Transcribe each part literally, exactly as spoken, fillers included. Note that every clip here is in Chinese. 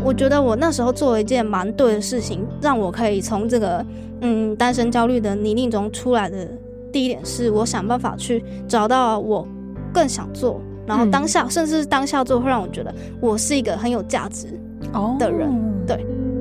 我觉得我那时候做了一件蛮对的事情，让我可以从这个嗯单身焦虑的泥泞中出来的第一点是，我想办法去找到我更想做，然后当下、嗯、甚至是当下做会让我觉得我是一个很有价值的人、哦、对。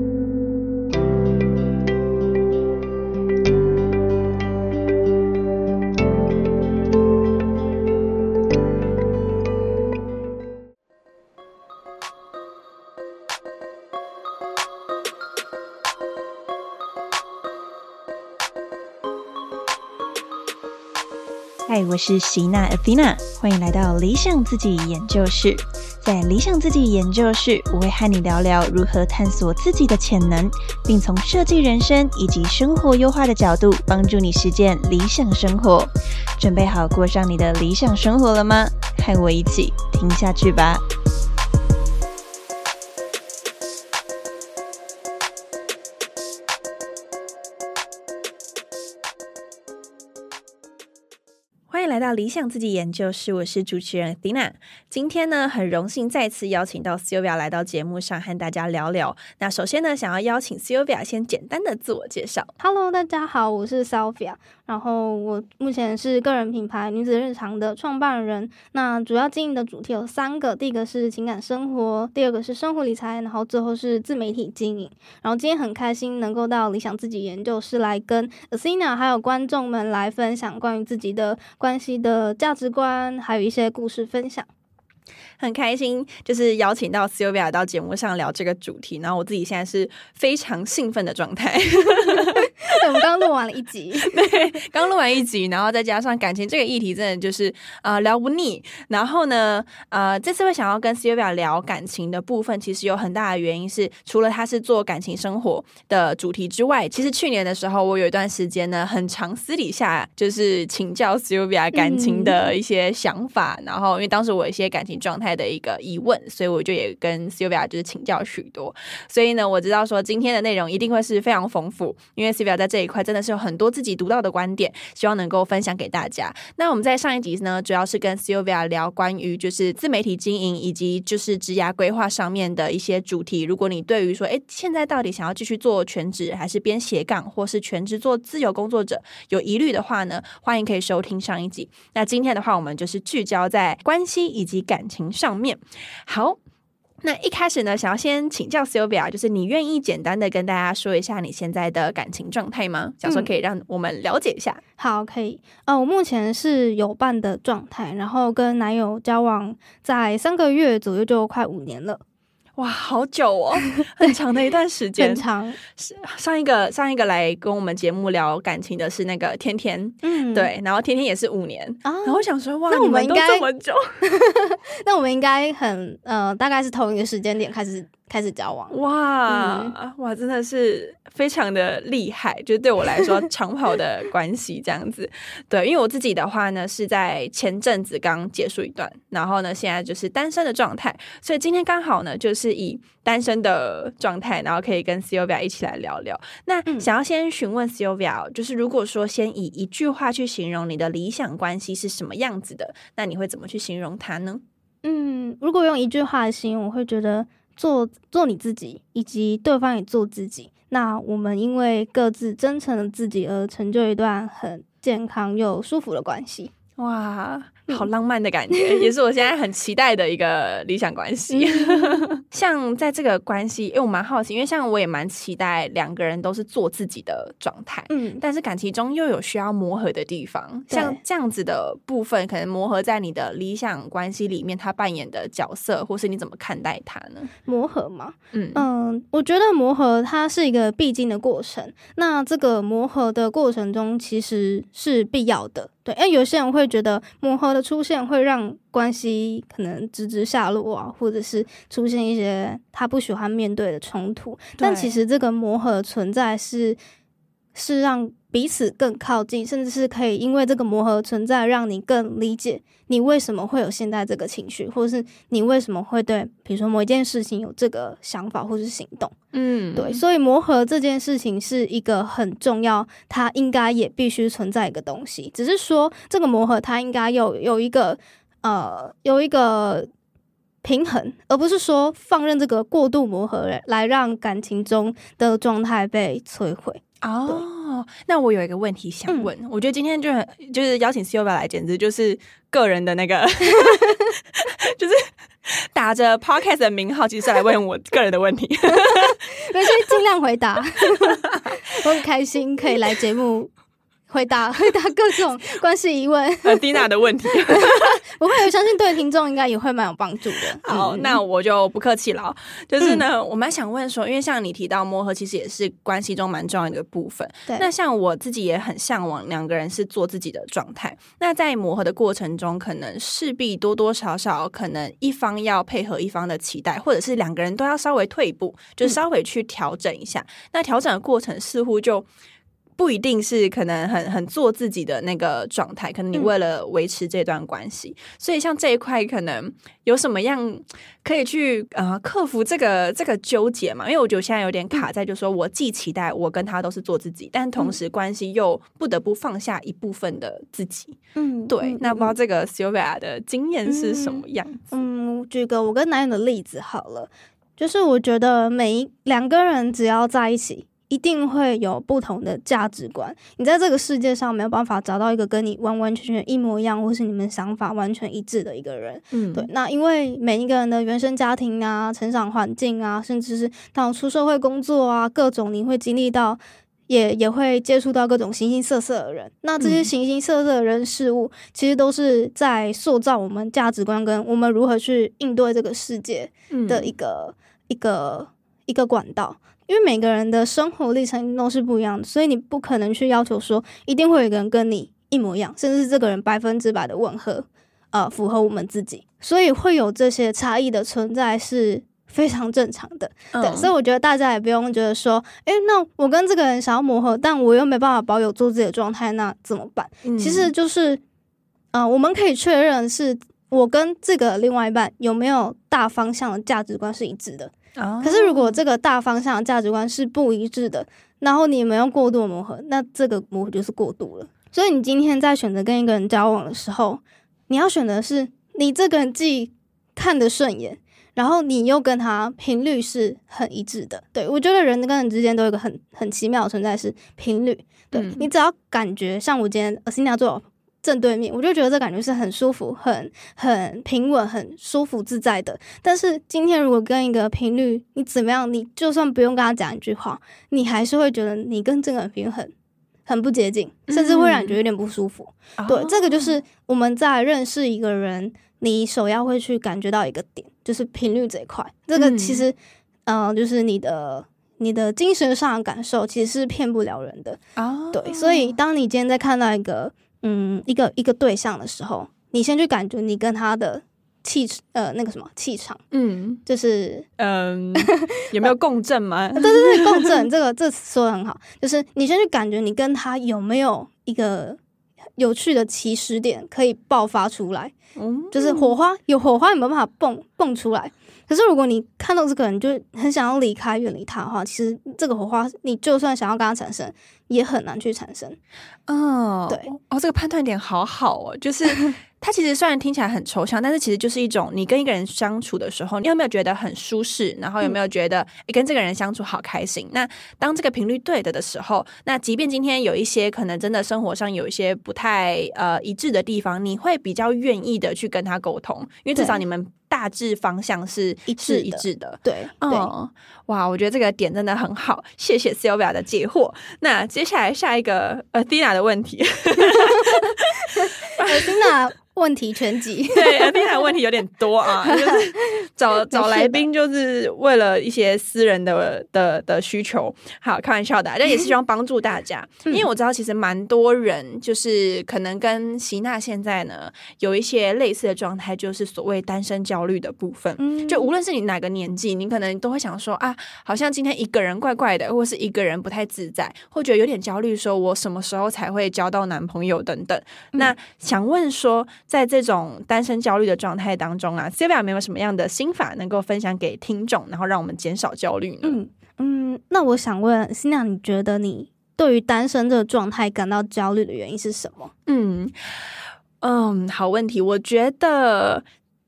嗨，我是席娜 Athena， 欢迎来到理想自己研究室。在理想自己研究室，我会和你聊聊如何探索自己的潜能，并从设计人生以及生活优化的角度，帮助你实践理想生活。准备好过上你的理想生活了吗？和我一起听下去吧。欢迎来到理想自己研究室，我是主持人 Athena。 今天呢，很荣幸再次邀请到 Sylvia 来到节目上和大家聊聊。那首先呢，想要邀请 Sylvia 先简单的自我介绍。 Hello， 大家好，我是 Sylvia， 然后我目前是个人品牌女子日常的创办人。那主要经营的主题有三个，第一个是情感生活，第二个是生活理财，然后最后是自媒体经营。然后今天很开心能够到理想自己研究室来跟 Athena 还有观众们来分享关于自己的关系的价值观，还有一些故事分享。 很开心就是邀请到 Sylvia 到节目上聊这个主题，然后我自己现在是非常兴奋的状态。 对，我们刚录完了一集。 对，刚录完一集，然后再加上感情这个议题真的就是呃聊不腻。然后呢呃这次会想要跟 Sylvia 聊感情的部分，其实有很大的原因是，除了他是做感情生活的主题之外，其实去年的时候我有一段时间呢很常私底下就是请教 Sylvia 感情的一些想法、嗯、然后因为当时我有一些感情状态的一个疑问，所以我就也跟 Sylvia 就是请教许多。所以呢我知道说今天的内容一定会是非常丰富，因为 Sylvia 在这一块真的是有很多自己独到的观点，希望能够分享给大家。那我们在上一集呢主要是跟 Sylvia 聊关于就是自媒体经营以及就是职涯规划上面的一些主题。如果你对于说诶现在到底想要继续做全职还是边斜杠或是全职做自由工作者有疑虑的话呢，欢迎可以收听上一集。那今天的话我们就是聚焦在关系以及感情上面。好，那一开始呢想要先请教 Sylvia， 就是你愿意简单的跟大家说一下你现在的感情状态吗？想说可以让我们了解一下、嗯、 好，可以。呃，我目前是有伴的状态，然后跟男友交往在三个月左右，就快五年了。 哇，好久哦，很长的一段时间。 很长。 上一个上一个来跟我们节目聊感情的是那个天天，嗯，对，然后天天也是五年、啊、然后我想说哇， 那我们应该你们都这么久。 那我们应该很呃，大概是同一个时间点开始开始交往。 哇、嗯、哇，真的是非常的厉害，就是对我来说长跑的关系这样子。对，因为我自己的话呢是在前阵子刚结束一段，然后呢现在就是单身的状态，所以今天刚好呢就是以单身的状态，然后可以跟 Sylvia 一起来聊聊。那想要先询问 Sylvia， 就是如果说先以一句话去形容你的理想关系是什么样子的，那你会怎么去形容它呢？ 嗯，如果用一句话来形容，我会觉得做做你自己，以及对方也做自己。那我们因为各自真诚的自己而成就一段很健康又舒服的关系。 哇，好浪漫的感觉、嗯、也是我现在很期待的一个理想关系、嗯、像在这个关系，因为我蛮好奇，因为像我也蛮期待两个人都是做自己的状态、嗯、但是感情中又有需要磨合的地方，像这样子的部分可能磨合在你的理想关系里面他扮演的角色，或是你怎么看待他呢？ 磨合嘛，嗯嗯，我觉得磨合它是一个必经的过程，那这个磨合的过程中其实是必要的。对，因为有些人会觉得磨合的出现会让关系可能直直下落啊，或者是出现一些他不喜欢面对的冲突，但其实这个磨合的存在是是让彼此更靠近，甚至是可以因为这个磨合存在让你更理解你为什么会有现在这个情绪，或者是你为什么会对比如说某一件事情有这个想法或是行动。嗯，对，所以磨合这件事情是一个很重要，它应该也必须存在一个东西，只是说这个磨合它应该有有一个呃有一个平衡，而不是说放任这个过度磨合来让感情中的状态被摧毁。 哦，那我有一个问题想问，嗯、我觉得今天就很就是邀请 Sylvia 来，简直就是个人的那个，就是打着 Podcast 的名号，其实是来问我个人的问题， 没事，尽量回答。我很开心可以来节目。回答回答各种关系疑问， 呃，Dina 的问题， 不会，我相信对听众应该也会蛮有帮助的。 好，嗯、那我就不客气了。就是呢，嗯、我蛮想问说，因为像你提到磨合，其实也是关系中蛮重要的一个部分。对，那像我自己也很向往两个人是做自己的状态。那在磨合的过程中，可能势必多多少少，可能一方要配合一方的期待，或者是两个人都要稍微退一步，就稍微去调整一下。嗯、那调整的过程似乎就。不一定是可能很很做自己的那个状态，可能你为了维持这段关系，嗯、所以像这一块可能有什么样可以去呃克服这个这个纠结嘛？因为我觉得我现在有点卡在，就是说我既期待我跟他都是做自己，但同时关系又不得不放下一部分的自己。嗯，对。嗯、那不知道这个 Sylvia 的经验是什么样子？ 嗯，嗯举个我跟男友的例子好了，就是我觉得每一两个人只要在一起。一定会有不同的价值观，你在这个世界上没有办法找到一个跟你完完全全一模一样，或是你们想法完全一致的一个人。嗯，对。那因为每一个人的原生家庭啊、成长环境啊，甚至是到出社会工作啊，各种你会经历到，也也会接触到各种形形色色的人。那这些形形色色的人事物，嗯、其实都是在塑造我们价值观跟我们如何去应对这个世界的一个、嗯、一个一个管道。因为每个人的生活历程都是不一样的，所以你不可能去要求说一定会有一个人跟你一模一样，甚至是这个人百分之百的吻合，呃，符合我们自己，所以会有这些差异的存在是非常正常的。嗯、对，所以我觉得大家也不用觉得说，诶，那我跟这个人想要磨合，但我又没办法保有做自己的状态，那怎么办？嗯、其实就是，呃，我们可以确认是我跟这个另外一半有没有大方向的价值观是一致的。可是如果这个大方向的价值观是不一致的，然后你们要过度磨合，那这个磨合就是过度了。所以你今天在选择跟一个人交往的时候，你要选的是你这个人既看得顺眼，然后你又跟他频率是很一致的。对，我觉得人跟人之间都有一个很很奇妙的存在是频率。对、嗯、你只要感觉像我今天 Athena 坐正对面，我就觉得这感觉是很舒服、很很平稳、很舒服自在的。但是今天如果跟一个频率，你怎么样，你就算不用跟他讲一句话，你还是会觉得你跟这个人频率很很不接近，甚至会让你觉得有点不舒服。嗯、对，这个就是我们在认识一个人，你首要会去感觉到一个点，就是频率这一块。这个其实，嗯、呃，就是你的。你的精神上的感受其实是骗不了人的。哦、对，所以当你今天在看到一个嗯一个一个对象的时候，你先去感觉你跟他的气呃那个什么气场，嗯，就是嗯有没有共振吗？ 对对对，共振这个这说得很好，就是你先去感觉你跟他有没有一个有趣的起始点可以爆发出来，嗯，就是火花有火花有没有办法蹦蹦出来？可是如果你看到这个人就很想要离开远离他的话，其实这个火花你就算想要跟他产生也很难去产生。 哦，对哦，这个判断点好好哦，就是它其实虽然听起来很抽象，但是其实就是一种你跟一个人相处的时候，你有没有觉得很舒适，然后有没有觉得、嗯、跟这个人相处好开心。那当这个频率对的的时候，那即便今天有一些可能真的生活上有一些不太呃一致的地方，你会比较愿意的去跟他沟通，因为至少你们大致方向是一致一致的。 对， 嗯， 对， 哇，我觉得这个点真的很好，谢谢 Sylvia 的解惑。那接下来下一个 Athena 的问题 ，Athena 问题全集， 对 Athena 的问题有点多啊，就是找找来宾就是为了一些私人的的的需求，好，开玩笑的，但也是希望帮助大家，因为我知道其实蛮多人就是可能跟席娜现在呢有一些类似的状态，就是所谓单身焦虑的部分。嗯，就无论是你哪个年纪，你可能都会想说啊，好像今天一个人怪怪的，或是一个人不太自在，或觉得有点焦虑，说我什么时候才会交到男朋友等等。嗯、那想问说，在这种单身焦虑的状态当中啊 Sylvia 有没有什么样的心法能够分享给听众，然后让我们减少焦虑呢？ 嗯嗯，那我想问Sina，你觉得你对于单身这个状态感到焦虑的原因是什么？ 嗯嗯，好问题。我觉得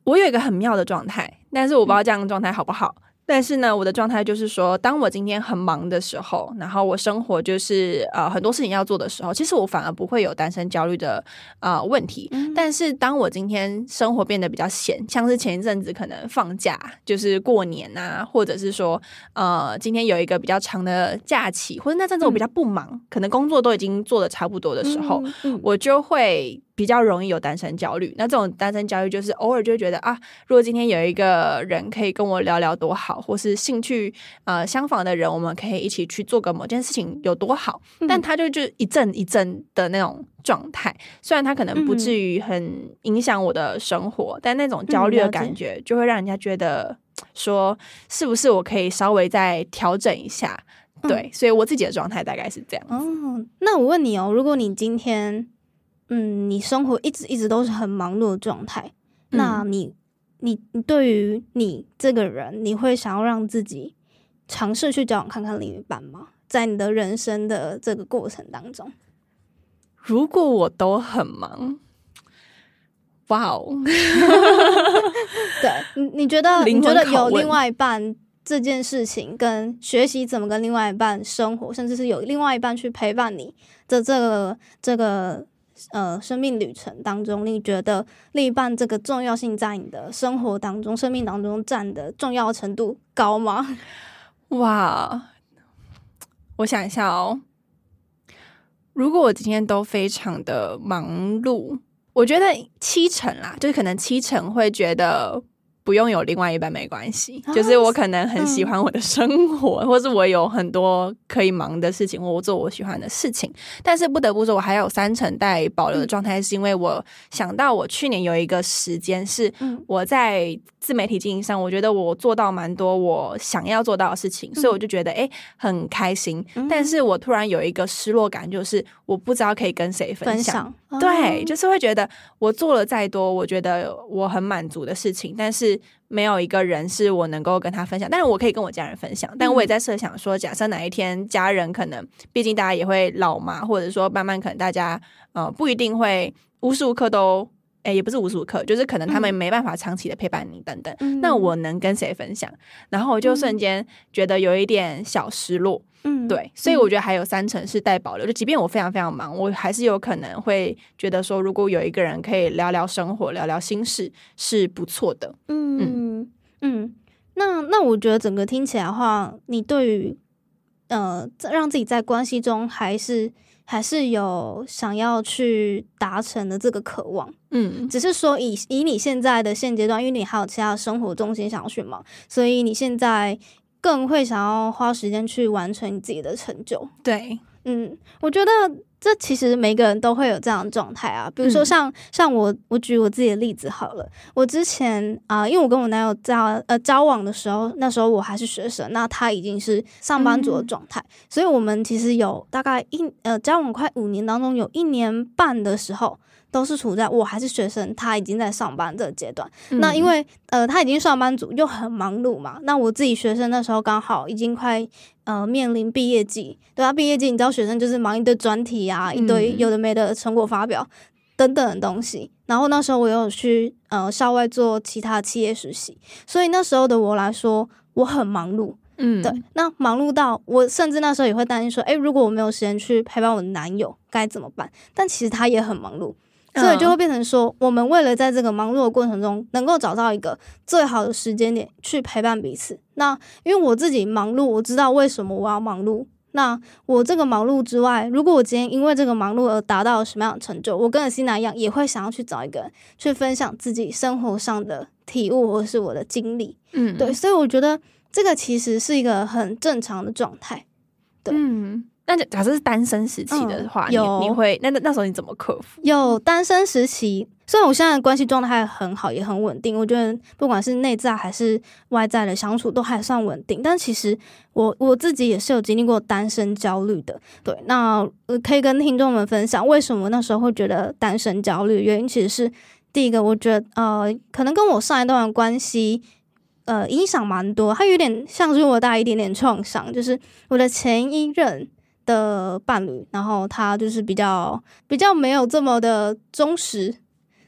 我有一个很妙的状态，但是我不知道这样的状态好不好。但是呢，我的状态就是说，当我今天很忙的时候，然后我生活就是呃很多事情要做的时候，其实我反而不会有单身焦虑的呃问题。嗯、但是当我今天生活变得比较闲，像是前一阵子可能放假，就是过年啊，或者是说呃今天有一个比较长的假期，或者那阵子我比较不忙，嗯、可能工作都已经做得差不多的时候，嗯嗯、我就会比较容易有单身焦虑。那这种单身焦虑就是偶尔就会觉得啊，如果今天有一个人可以跟我聊聊多好，或是兴趣呃相仿的人，我们可以一起去做个某件事情有多好。嗯、但他就就一阵一阵的那种状态，虽然他可能不至于很影响我的生活，嗯、但那种焦虑的感觉就会让人家觉得说，是不是我可以稍微再调整一下？嗯、对，所以我自己的状态大概是这样子。 哦，那我问你哦，如果你今天嗯，你生活一直一直都是很忙碌的状态，嗯、那你你你对于你这个人，你会想要让自己尝试去交往看看另一半吗？在你的人生的这个过程当中， 如果我都很忙，哇哦， 对，你你觉得你觉得有另外一半这件事情，跟学习怎么跟另外一半生活，甚至是有另外一半去陪伴你的这个这个。呃，生命旅程当中，你觉得另一半这个重要性在你的生活当中、生命当中占的重要程度高吗？ 哇，我想一下哦，如果我今天都非常的忙碌，我觉得七成啦，就是可能七成会觉得不用有另外一半没关系，啊、就是我可能很喜欢我的生活，嗯、或是我有很多可以忙的事情，或我做我喜欢的事情。但是不得不说，我还有三成待保留的状态，是因为我想到我去年有一个时间是我在自媒体经营上，我觉得我做到蛮多我想要做到的事情，嗯、所以我就觉得哎、欸、很开心。嗯、但是我突然有一个失落感，就是我不知道可以跟谁分享。分享哦、对，就是会觉得我做了再多，我觉得我很满足的事情，但是没有一个人是我能够跟他分享，但是我可以跟我家人分享，但我也在设想说，假设哪一天家人可能，毕竟大家也会老嘛，或者说慢慢可能大家呃不一定会无时无刻都，诶也不是无时无刻，就是可能他们没办法长期的陪伴你等等，嗯、那我能跟谁分享？然后我就瞬间觉得有一点小失落。嗯，对，所以我觉得还有三成是待保留，就即便我非常非常忙，我还是有可能会觉得说，如果有一个人可以聊聊生活、聊聊心事，是不错的。 嗯嗯嗯，那那我觉得整个听起来的话，你对于呃让自己在关系中还是还是有想要去达成的这个渴望。嗯，只是说以以你现在的现阶段，因为你还有其他的生活重心想要去忙，所以你现在更会想要花时间去完成你自己的成就。 对， 嗯，我觉得这其实每个人都会有这样的状态啊。比如说像、嗯、像我，我举我自己的例子好了。我之前啊、呃，因为我跟我男友交呃交往的时候，那时候我还是学生，那他已经是上班族的状态、嗯，所以我们其实有大概一呃交往快五年当中，有一年半的时候。都是处在我还是学生，他已经在上班这个阶段。嗯、那因为呃他已经上班族又很忙碌嘛，那我自己学生那时候刚好已经快呃面临毕业季，对啊，毕业季你知道学生就是忙一堆专题啊，一堆有的没的成果发表等等的东西。然后那时候我有去呃校外做其他企业实习，所以那时候的我来说，我很忙碌。嗯，对，那忙碌到我甚至那时候也会担心说，诶，如果我没有时间去陪伴我的男友该怎么办？但其实他也很忙碌。所以就会变成说，我们为了在这个忙碌的过程中，能够找到一个最好的时间点去陪伴彼此。那因为我自己忙碌，我知道为什么我要忙碌。那我这个忙碌之外，如果我今天因为这个忙碌而达到了什么样的成就，我跟希娜一样，也会想要去找一个人去分享自己生活上的体悟或是我的经历。嗯，对，所以我觉得这个其实是一个很正常的状态。对， 嗯。那假设是单身时期的话，嗯、你你会那那时候你怎么克服？ 有单身时期，虽然我现在的关系状态很好，也很稳定，我觉得不管是内在还是外在的相处都还算稳定。但其实我我自己也是有经历过单身焦虑的。对，那可以跟听众们分享为什么那时候会觉得单身焦虑。原因其实是第一个，我觉得呃，可能跟我上一段的关系。呃，影响蛮多，它有点像是我带一点点创伤，就是我的前一任的伴侣，然后他就是比较比较没有这么的忠实，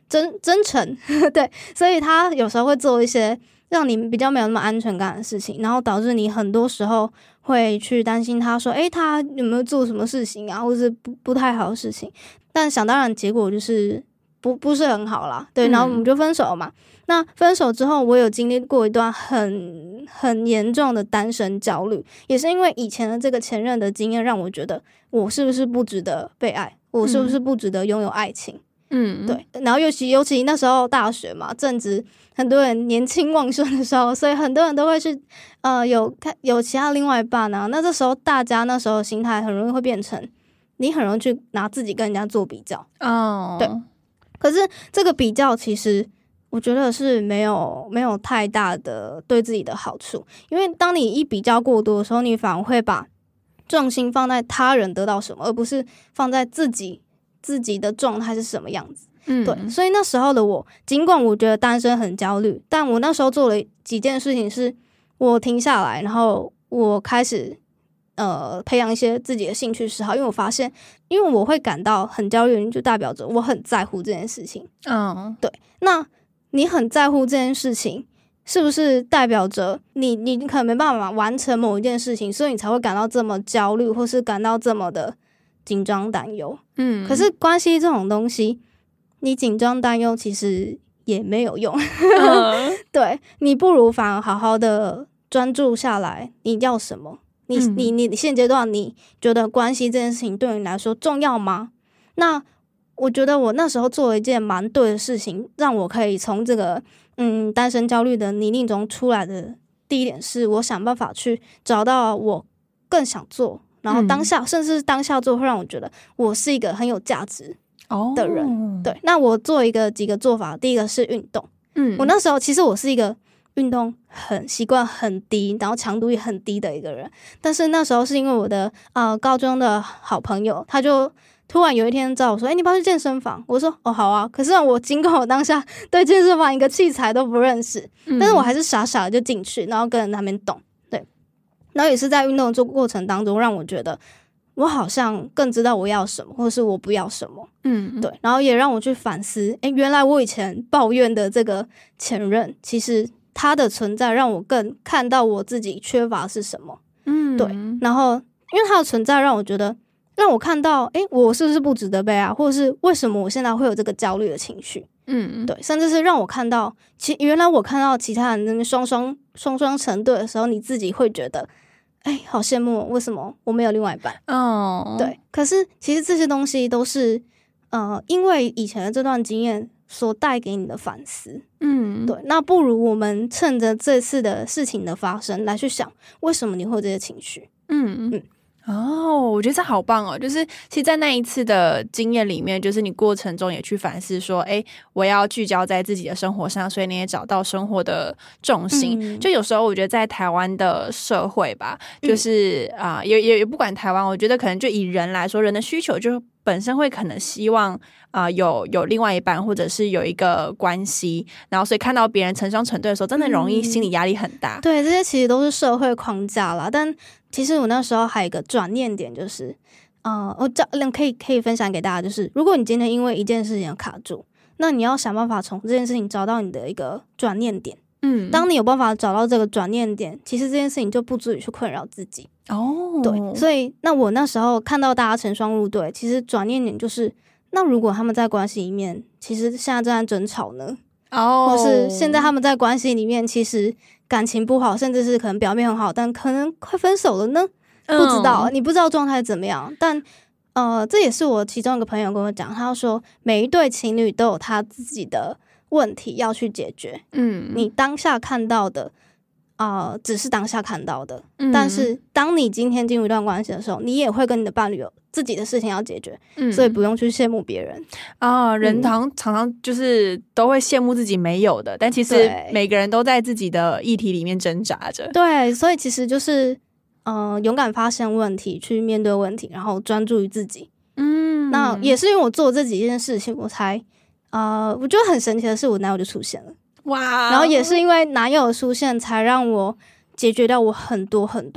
真真诚对，所以他有时候会做一些让你比较没有那么安全感的事情，然后导致你很多时候会去担心他说诶他有没有做什么事情啊，或是不不太好的事情，但想当然结果就是不不是很好啦，对，然后我们就分手嘛、嗯、那分手之后我有经历过一段很很严重的单身焦虑，也是因为以前的这个前任的经验让我觉得我是不是不值得被爱，我是不是不值得拥有爱情，嗯，对，然后尤其尤其那时候大学嘛，正值很多人年轻旺盛的时候，所以很多人都会去呃有看有其他另外一半啊，那这时候大家那时候的心态很容易会变成你很容易去拿自己跟人家做比较哦，对，可是这个比较其实我觉得是没有没有太大的对自己的好处，因为当你一比较过多的时候，你反而会把重心放在他人得到什么，而不是放在自己自己的状态是什么样子。嗯，对，所以那时候的我，尽管我觉得单身很焦虑，但我那时候做了几件事情，是我停下来，然后我开始呃培养一些自己的兴趣嗜好，因为我发现，因为我会感到很焦虑，就代表着我很在乎这件事情。嗯，对，那你很在乎这件事情，是不是代表着你你可能没办法完成某一件事情，所以你才会感到这么焦虑，或是感到这么的紧张担忧？嗯，可是关系这种东西，你紧张担忧其实也没有用。嗯、对，你不如反而好好的专注下来，你要什么？你你你现阶段你觉得关系这件事情对你来说重要吗？那我觉得我那时候做了一件蛮对的事情，让我可以从这个嗯单身焦虑的泥泞中出来的第一点是，我想办法去找到我更想做，然后当下、嗯、甚至是当下做会让我觉得我是一个很有价值的人、哦、对，那我做一个几个做法，第一个是运动。嗯，我那时候其实我是一个运动很习惯很低，然后强度也很低的一个人，但是那时候是因为我的呃高中的好朋友，他就突然有一天找我说，诶、欸、你要不要去健身房？我说哦好啊，可是我尽管我当下对健身房一个器材都不认识、嗯、但是我还是傻傻的就进去，然后跟着那边动。对，然后也是在运动的过程当中让我觉得我好像更知道我要什么，或者是我不要什么。嗯，对，然后也让我去反思，诶，原来我以前抱怨的这个前任，其实他的存在让我更看到我自己缺乏是什么。嗯，对，然后因为他的存在让我觉得，让我看到，诶，我是不是不值得被爱，或者是为什么我现在会有这个焦虑的情绪。嗯，对，甚至是让我看到，其原来我看到其他人那边双双双双成对的时候，你自己会觉得哎，好羡慕，为什么我没有另外一半？哦，对，可是其实这些东西都是呃，因为以前的这段经验所带给你的反思。嗯，对，那不如我们趁着这次的事情的发生来去想，为什么你会有这些情绪？嗯嗯。 哦，我觉得这好棒哦！就是其实在那一次的经验里面，就是你过程中也去反思说，诶，我要聚焦在自己的生活上，所以你也找到生活的重心。嗯、就有时候我觉得在台湾的社会吧，就是啊、呃，也也也不管台湾，我觉得可能就以人来说，人的需求就本身会可能希望啊、呃、有有另外一半，或者是有一个关系，然后所以看到别人成双成对的时候，真的容易心理压力很大。 嗯、对，这些其实都是社会框架啦，但其实我那时候还有一个转念点，就是呃，我这可以可以分享给大家，就是如果你今天因为一件事情卡住，那你要想办法从这件事情找到你的一个转念点。嗯，当你有办法找到这个转念点，其实这件事情就不足以去困扰自己。哦，对，所以那我那时候看到大家成双入对，其实转念点就是，那如果他们在关系里面，其实现在正在争吵呢？哦，或是现在他们在关系里面，其实感情不好，甚至是可能表面很好，但可能快分手了呢？嗯、不知道，你不知道状态怎么样。但呃，这也是我其中一个朋友跟我讲，他说每一对情侣都有他自己的问题要去解决。嗯，你当下看到的啊、呃，只是当下看到的、嗯，但是当你今天进入一段关系的时候，你也会跟你的伴侣有自己的事情要解决，嗯、所以不用去羡慕别人啊。人常常常就是都会羡慕自己没有的，但其实每个人都在自己的议题里面挣扎着。 对，所以其实就是呃，勇敢发现问题，去面对问题，然后专注于自己。嗯，那也是因为我做这几件事情，我才呃，我觉得很神奇的是，我男友就出现了。哇！然后也是因为男友的出现，才让我解决掉我很多很多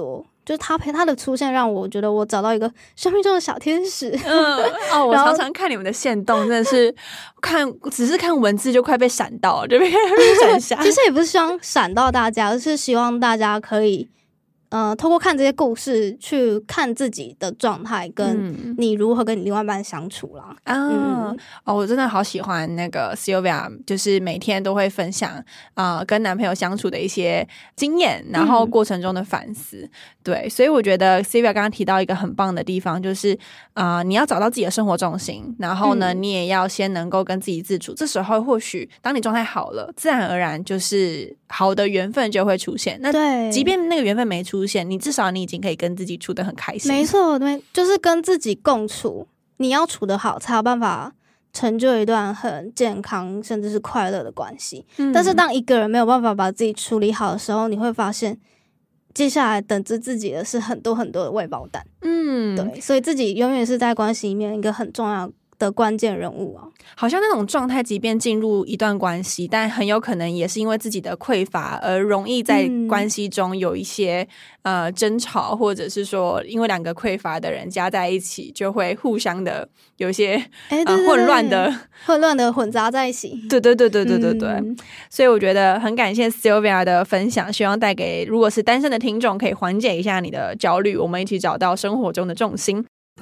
就是他陪他的出现，让我觉得我找到一个生命中的小天使。 嗯，哦，我常常看你们的限动，真的是看只是看文字就快被闪到了，就被闪瞎。 其实也不是希望闪到大家，而是希望大家可以呃，透过看这些故事去看自己的状态，跟你如何跟你另外一半相处啦。 啊、嗯，哦，我真的好喜欢那个 Sylvia， 就是每天都会分享啊、呃、跟男朋友相处的一些经验，然后过程中的反思。嗯、对，所以我觉得 Sylvia 刚刚提到一个很棒的地方，就是啊、呃、你要找到自己的生活重心，然后呢、嗯、你也要先能够跟自己自处。这时候或许当你状态好了，自然而然就是好的缘分就会出现。那对， 即便那个缘分没出现，你至少你已经可以跟自己处得很开心。 没错，对，就是跟自己共处，你要处得好，才有办法成就一段很健康甚至是快乐的关系。嗯、但是当一个人没有办法把自己处理好的时候，你会发现接下来等着自己的是很多很多的未爆弹。嗯，对，所以自己永远是在关系里面一个很重要的关键人物啊。 好像那种状态即便进入一段关系，但很有可能也是因为自己的匮乏而容易在关系中有一些、嗯、呃争吵，或者是说因为两个匮乏的人加在一起就会互相的有一些、欸、对对对呃、混乱的混乱的混杂在一起。 对对对对对对对、嗯、所以我觉得很感谢 Sylvia 的分享，希望带给如果是单身的听众可以缓解一下你的焦虑，我们一起找到生活中的重心。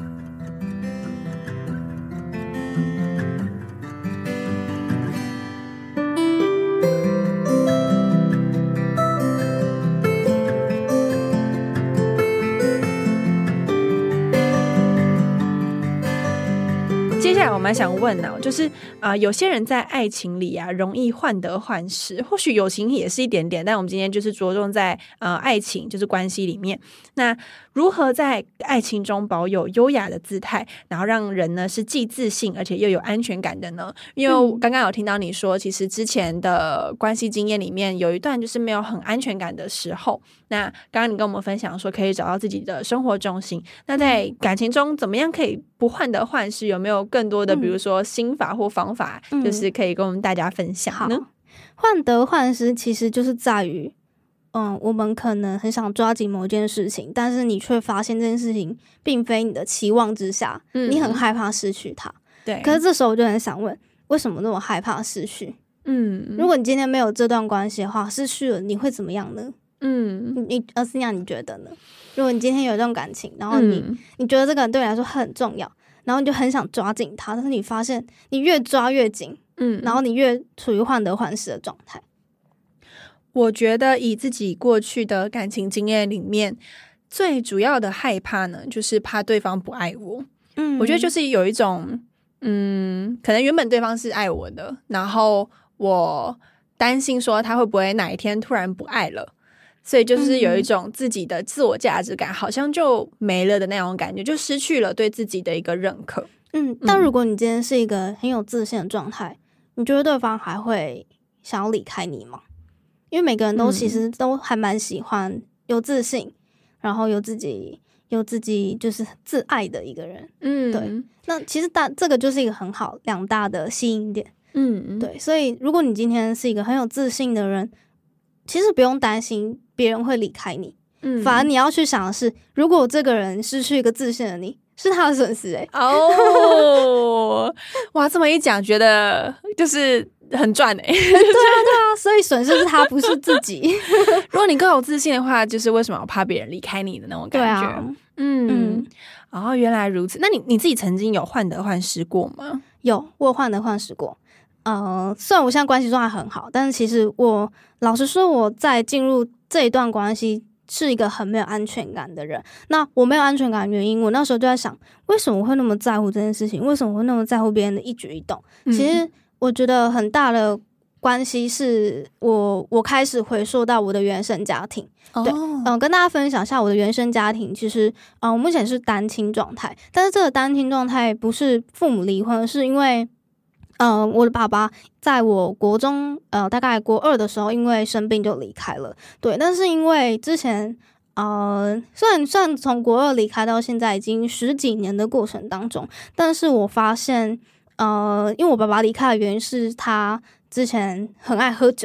接下来我蛮想问呢、啊，就是啊、呃，有些人在爱情里啊，容易患得患失，或许友情也是一点点，但我们今天就是着重在呃爱情，就是关系里面。那如何在爱情中保有优雅的姿态，然后让人呢是既自信而且又有安全感的呢？因为我刚刚有听到你说，其实之前的关系经验里面有一段就是没有很安全感的时候。那刚刚你跟我们分享说可以找到自己的生活重心，那在感情中怎么样可以不患得患失？有没有更多的比如说心法或方法、嗯、就是可以跟我们大家分享呢？ 患得患失其实就是在于嗯，我们可能很想抓紧某件事情，但是你却发现这件事情并非你的期望之下、嗯、你很害怕失去它。对，可是这时候我就很想问，为什么那么害怕失去？嗯，如果你今天没有这段关系的话，失去了你会怎么样呢？嗯，你呃，思雅你觉得呢？如果你今天有这种感情，然后你、嗯、你觉得这个人对你来说很重要，然后你就很想抓紧他，但是你发现你越抓越紧，嗯，然后你越处于患得患失的状态。 我觉得以自己过去的感情经验里面，最主要的害怕呢，就是怕对方不爱我。嗯，我觉得就是有一种，嗯，可能原本对方是爱我的，然后我担心说他会不会哪一天突然不爱了。所以就是有一种自己的自我价值感好像就没了的那种感觉，就失去了对自己的一个认可。 嗯，但如果你今天是一个很有自信的状态、嗯、你觉得对方还会想要离开你吗？因为每个人都其实都还蛮喜欢有自信、嗯、然后有自己有自己就是自爱的一个人。嗯，对，那其实大这个就是一个很好两大的吸引点。嗯，对，所以如果你今天是一个很有自信的人，其实不用担心别人会离开你、嗯、反而你要去想的是，如果这个人失去一个自信的你，是他的损失。欸哦，哇，这么一讲觉得就是很赚欸。对啊对啊，所以损失是他不是自己。 如果你更有自信的话，就是为什么要怕别人离开你的那种感觉。对啊，嗯嗯，哦，原来如此。那你你自己曾经有患得患失过吗？ 有，我有患得患失过。呃，虽然我现在关系状态很好，但是其实我老实说，我在进入这一段关系是一个很没有安全感的人。那我没有安全感的原因，我那时候就在想，为什么我会那么在乎这件事情？为什么我会那么在乎别人的一举一动？嗯、其实我觉得很大的关系是我我开始回溯到我的原生家庭。哦、对，嗯、呃，跟大家分享一下我的原生家庭。其实，嗯、呃，我目前是单亲状态，但是这个单亲状态不是父母离婚，是因为。呃，我的爸爸在我国中，呃，大概国二的时候，因为生病就离开了。对，但是因为之前，呃，虽然虽然从国二离开到现在已经十几年的过程当中，但是我发现，呃，因为我爸爸离开的原因是他之前很爱喝酒。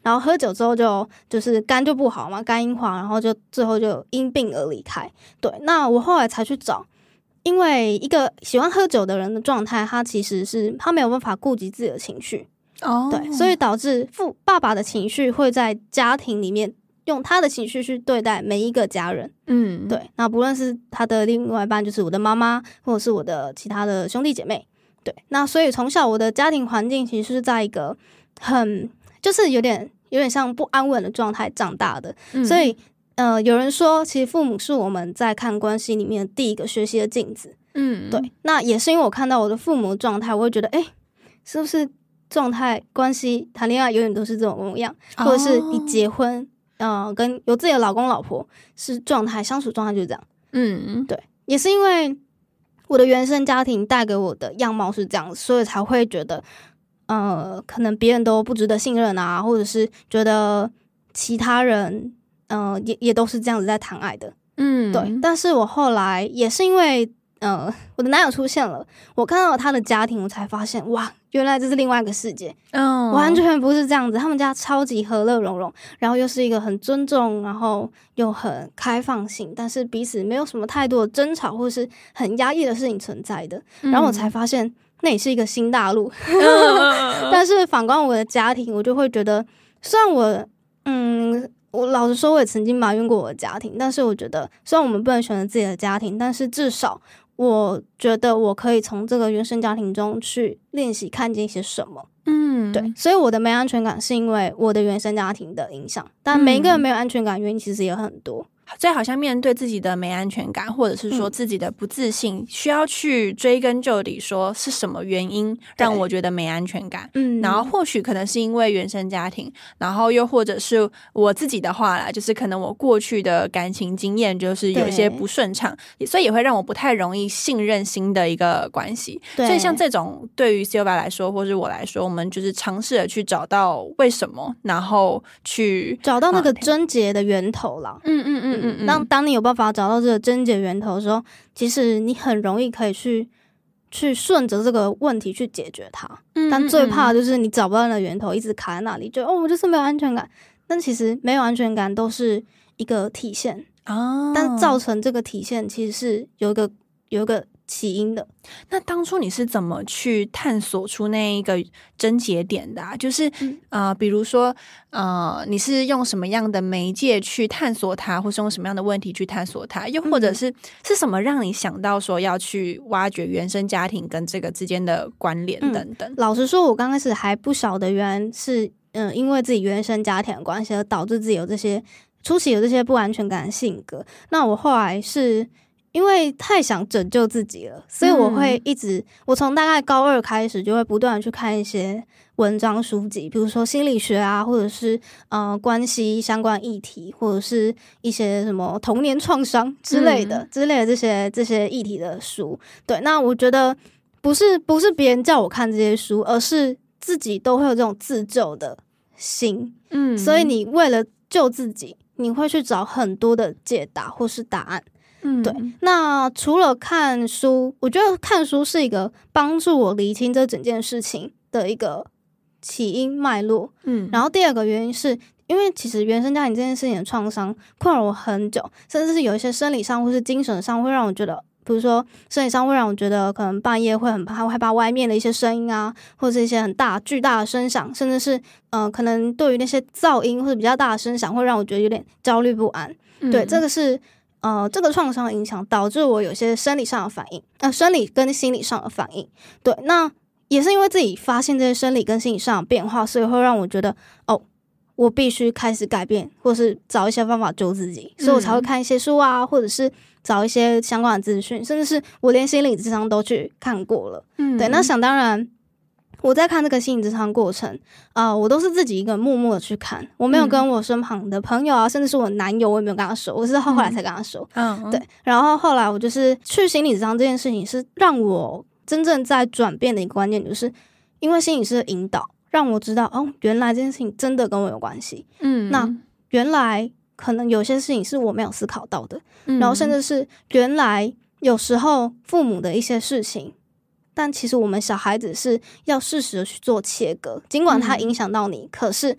然后喝酒之后就就是肝就不好嘛，肝硬化，然后就最后就因病而离开。对，那我后来才去找，因为一个喜欢喝酒的人的状态，他其实是他没有办法顾及自己的情绪。 哦， 对，所以导致父爸爸的情绪会在家庭里面用他的情绪去对待每一个家人。 嗯， 对，那不论是他的另外一半，就是我的妈妈，或者是我的其他的兄弟姐妹。对，那所以从小我的家庭环境其实是在一个很就是有点有点像不安稳的状态长大的。嗯、所以呃，有人说其实父母是我们在看关系里面的第一个学习的镜子。嗯，对，那也是因为我看到我的父母的状态，我会觉得哎、欸，是不是状态关系谈恋爱永远都是这种模样，或者是你结婚呃，跟有自己的老公老婆是状态相处状态就是这样。嗯，对，也是因为我的原生家庭带给我的样貌是这样，所以才会觉得呃，可能别人都不值得信任啊，或者是觉得其他人呃也也都是这样子在谈爱的。嗯，对，但是我后来也是因为呃，我的男友出现了，我看到了他的家庭，我才发现哇，原来这是另外一个世界。嗯，完全不是这样子，他们家超级和乐融融，然后又是一个很尊重，然后又很开放性，但是彼此没有什么太多的争吵或是很压抑的事情存在的。嗯、然后我才发现那也是一个新大陆。嗯、但是反观我的家庭，我就会觉得，虽然我嗯。我老实说，我也曾经埋怨过我的家庭，但是我觉得，虽然我们不能选择自己的家庭，但是至少我觉得我可以从这个原生家庭中去练习看见一些什么。嗯，对，所以我的没安全感是因为我的原生家庭的影响，但每一个人没有安全感原因其实也很多。 所以好像面对自己的没安全感，或者是说自己的不自信，嗯、需要去追根究底，说是什么原因让我觉得没安全感。嗯，然后或许可能是因为原生家庭，然后又或者是我自己的话啦，就是可能我过去的感情经验就是有一些不顺畅，所以也会让我不太容易信任新的一个关系。所以像这种对于 Sylvia 来说，或是我来说，我们就是尝试的去找到为什么，然后去找到那个症结的源头啦。嗯嗯嗯。嗯，那当你有办法找到这个症结源头的时候，其实你很容易可以去去顺着这个问题去解决它。嗯、但最怕的就是你找不到那个源头，一直卡在那里，就哦，我就是没有安全感。但其实没有安全感都是一个体现啊，但造成这个体现其实是有一个有一个起因的。 那当初你是怎么去探索出那一个症结点的啊？就是、嗯、呃，比如说呃，你是用什么样的媒介去探索它，或是用什么样的问题去探索它？又或者是、嗯、是什么让你想到说要去挖掘原生家庭跟这个之间的关联等等？ 嗯、老实说，我刚开始还不晓得原来是嗯、呃，因为自己原生家庭的关系而导致自己有这些初期有这些不安全感的性格。那我后来是因为太想拯救自己了，所以我会一直、嗯、我从大概高二开始就会不断的去看一些文章书籍，比如说心理学啊，或者是呃关系相关议题，或者是一些什么童年创伤之类的、嗯、之类的这些这些议题的书。对，那我觉得不是不是别人叫我看这些书，而是自己都会有这种自救的心。嗯，所以你为了救自己，你会去找很多的解答或是答案。嗯，对。那除了看书，我觉得看书是一个帮助我厘清这整件事情的一个起因脉络。嗯，然后第二个原因是因为其实原生家庭这件事情的创伤困扰我很久，甚至是有一些生理上或是精神上会让我觉得，比如说生理上会让我觉得可能半夜会很怕害怕外面的一些声音啊，或者是一些很大巨大的声响，甚至是呃可能对于那些噪音或者比较大的声响会让我觉得有点焦虑不安。嗯、对，这个是呃这个创伤影响导致我有些生理上的反应，呃生理跟心理上的反应。对，那也是因为自己发现这些生理跟心理上的变化，所以会让我觉得哦，我必须开始改变，或是找一些方法救自己，所以我才会看一些书啊，或者是找一些相关的资讯，甚至是我连心理咨商都去看过了。嗯，对，那想当然我在看这个心理咨商过程啊、呃，我都是自己一个人默默的去看，我没有跟我身旁的朋友啊，甚至是我男友，我也没有跟他说，我是后来才跟他说。嗯，对，然后后来我就是去心理咨商这件事情是让我真正在转变的一个关键，就是因为心理师的引导让我知道哦，原来这件事情真的跟我有关系。嗯，那原来可能有些事情是我没有思考到的、嗯、然后甚至是原来有时候父母的一些事情，但其实我们小孩子是要适时的去做切割，尽管它影响到你、嗯、可是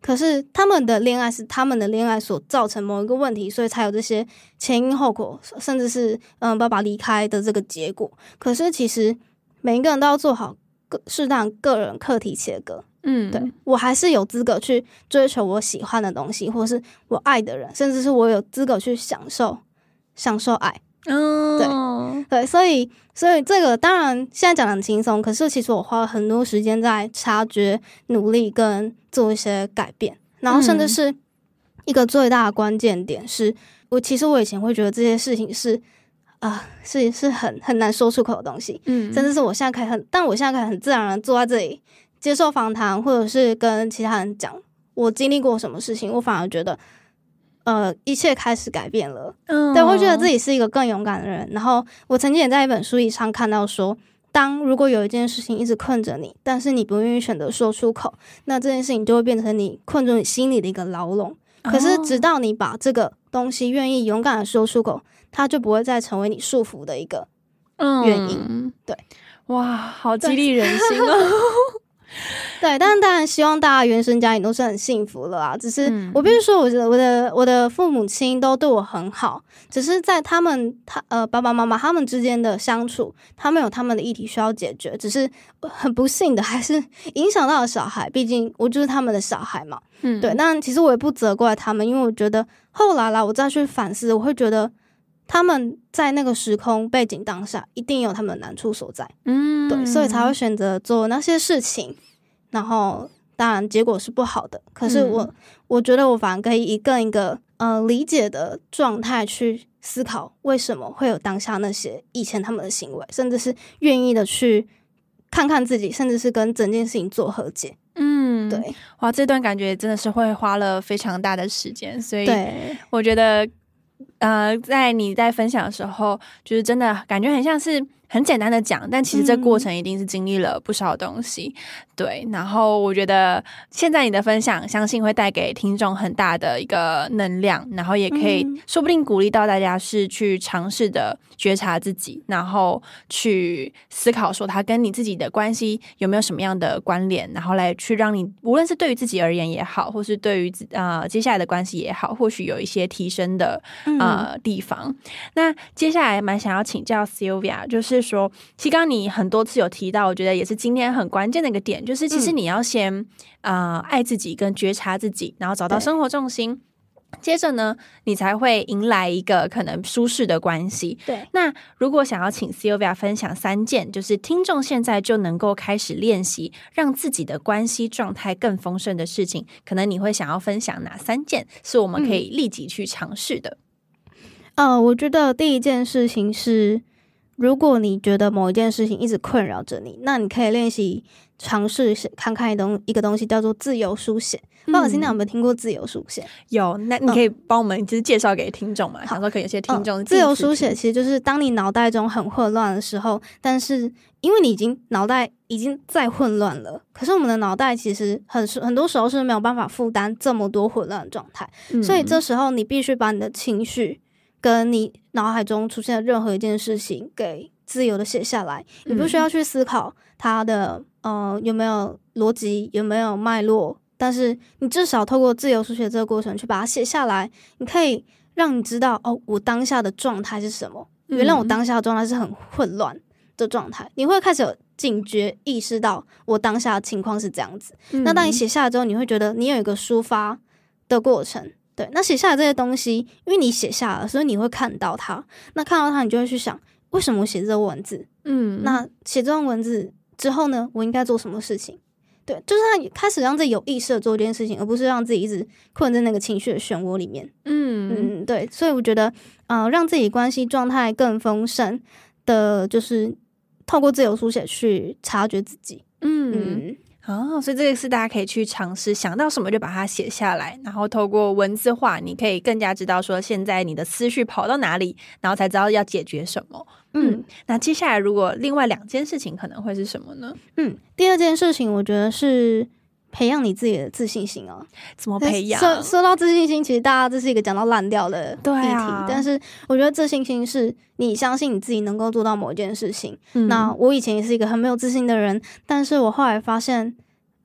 可是他们的恋爱是他们的恋爱所造成某一个问题，所以才有这些前因后果，甚至是嗯爸爸离开的这个结果。可是其实每一个人都要做好个适当个人课题切割。嗯，对，我还是有资格去追求我喜欢的东西，或是我爱的人，甚至是我有资格去享受享受爱。嗯，对对，所以所以这个当然现在讲得很轻松，可是其实我花了很多时间在察觉、努力跟做一些改变，然后甚至是一个最大的关键点是，我其实我以前会觉得这些事情是啊、呃、是是很很难说出口的东西，嗯，甚至是我现在可以很，但我现在可以很自然的坐在这里接受访谈，或者是跟其他人讲我经历过什么事情，我反而觉得呃，一切开始改变了。嗯，对，我会觉得自己是一个更勇敢的人。然后我曾经也在一本书里上看到说，当如果有一件事情一直困着你，但是你不愿意选择说出口，那这件事情就会变成你困住你心里的一个牢笼。可是直到你把这个东西愿意勇敢的说出口，它就不会再成为你束缚的一个原因。嗯、对， 哇，好激励人心哦。 对，但当然希望大家原生家庭都是很幸福了啊。只是我必须说，我觉得我的我的父母亲都对我很好，只是在他们他呃爸爸妈妈他们之间的相处，他们有他们的议题需要解决，只是很不幸的还是影响到了小孩，毕竟我就是他们的小孩嘛。嗯，对。那其实我也不责怪他们，因为我觉得后来啦，我再去反思，我会觉得他们在那个时空背景当下，一定有他们的难处所在。嗯，对，所以才会选择做那些事情。然后当然结果是不好的，可是我、嗯、我觉得我反而可以以更一个呃理解的状态去思考为什么会有当下那些以前他们的行为，甚至是愿意的去看看自己，甚至是跟整件事情做和解。嗯，对， 哇，这段感觉真的是会花了非常大的时间，所以我觉得呃，在你在分享的时候，就是真的感觉很像是很简单的讲，但其实这过程一定是经历了不少东西。嗯、对，然后我觉得现在你的分享相信会带给听众很大的一个能量，然后也可以、嗯、说不定鼓励到大家是去尝试的觉察自己，然后去思考说他跟你自己的关系有没有什么样的关联，然后来去让你无论是对于自己而言也好，或是对于呃接下来的关系也好，或许有一些提升的呃地方。那接下来蛮想要请教 Sylvia， 就是是说，其实刚刚你很多次有提到，我觉得也是今天很关键的一个点，就是其实你要先、嗯、呃爱自己跟觉察自己，然后找到生活重心，接着呢，你才会迎来一个可能舒适的关系。 对， 那如果想要请 Sylvia 分享三件，就是听众现在就能够开始练习，让自己的关系状态更丰盛的事情，可能你会想要分享哪三件是我们可以立即去尝试的？ 嗯、呃，我觉得第一件事情是，如果你觉得某一件事情一直困扰着你，那你可以练习尝试看看一东一个东西叫做自由书写。不知道现在有没有听过自由书写？ 有，那你可以帮我们就是介绍给听众嘛？嗯、想说可能有些听众、嗯、 自由书写其实就是当你脑袋中很混乱的时候，但是因为你已经脑袋已经在混乱了，可是我们的脑袋其实很很多时候是没有办法负担这么多混乱的状态、嗯，所以这时候你必须把你的情绪跟你脑海中出现的任何一件事情给自由的写下来，你不需要去思考它的呃有没有逻辑，有没有脉络，但是你至少透过自由书写这个过程去把它写下来，你可以让你知道哦，我当下的状态是什么。原来我当下的状态是很混乱的状态，你会开始有警觉意识到我当下的情况是这样子。嗯、那当你写下来之后，你会觉得你有一个抒发的过程。对，那写下来这些东西，因为你写下了，所以你会看到它。那看到它，你就会去想，为什么我写这个文字？嗯，那写这段文字之后呢，我应该做什么事情？对，就是他开始让自己有意识的做这件事情，而不是让自己一直困在那个情绪的漩涡里面。嗯嗯，对，所以我觉得，呃，让自己关系状态更丰盛的，就是透过自由书写去察觉自己。嗯。嗯哦，所以这个是大家可以去尝试，想到什么就把它写下来，然后透过文字化，你可以更加知道说现在你的思绪跑到哪里，然后才知道要解决什么。嗯，嗯那接下来如果另外两件事情可能会是什么呢？嗯， 第二件事情我觉得是培养你自己的自信心哦。 怎么培养？ 说说到自信心，其实大家这是一个讲到烂掉的议题， 对啊、 但是我觉得自信心是你相信你自己能够做到某一件事情。嗯、那我以前也是一个很没有自信的人，但是我后来发现，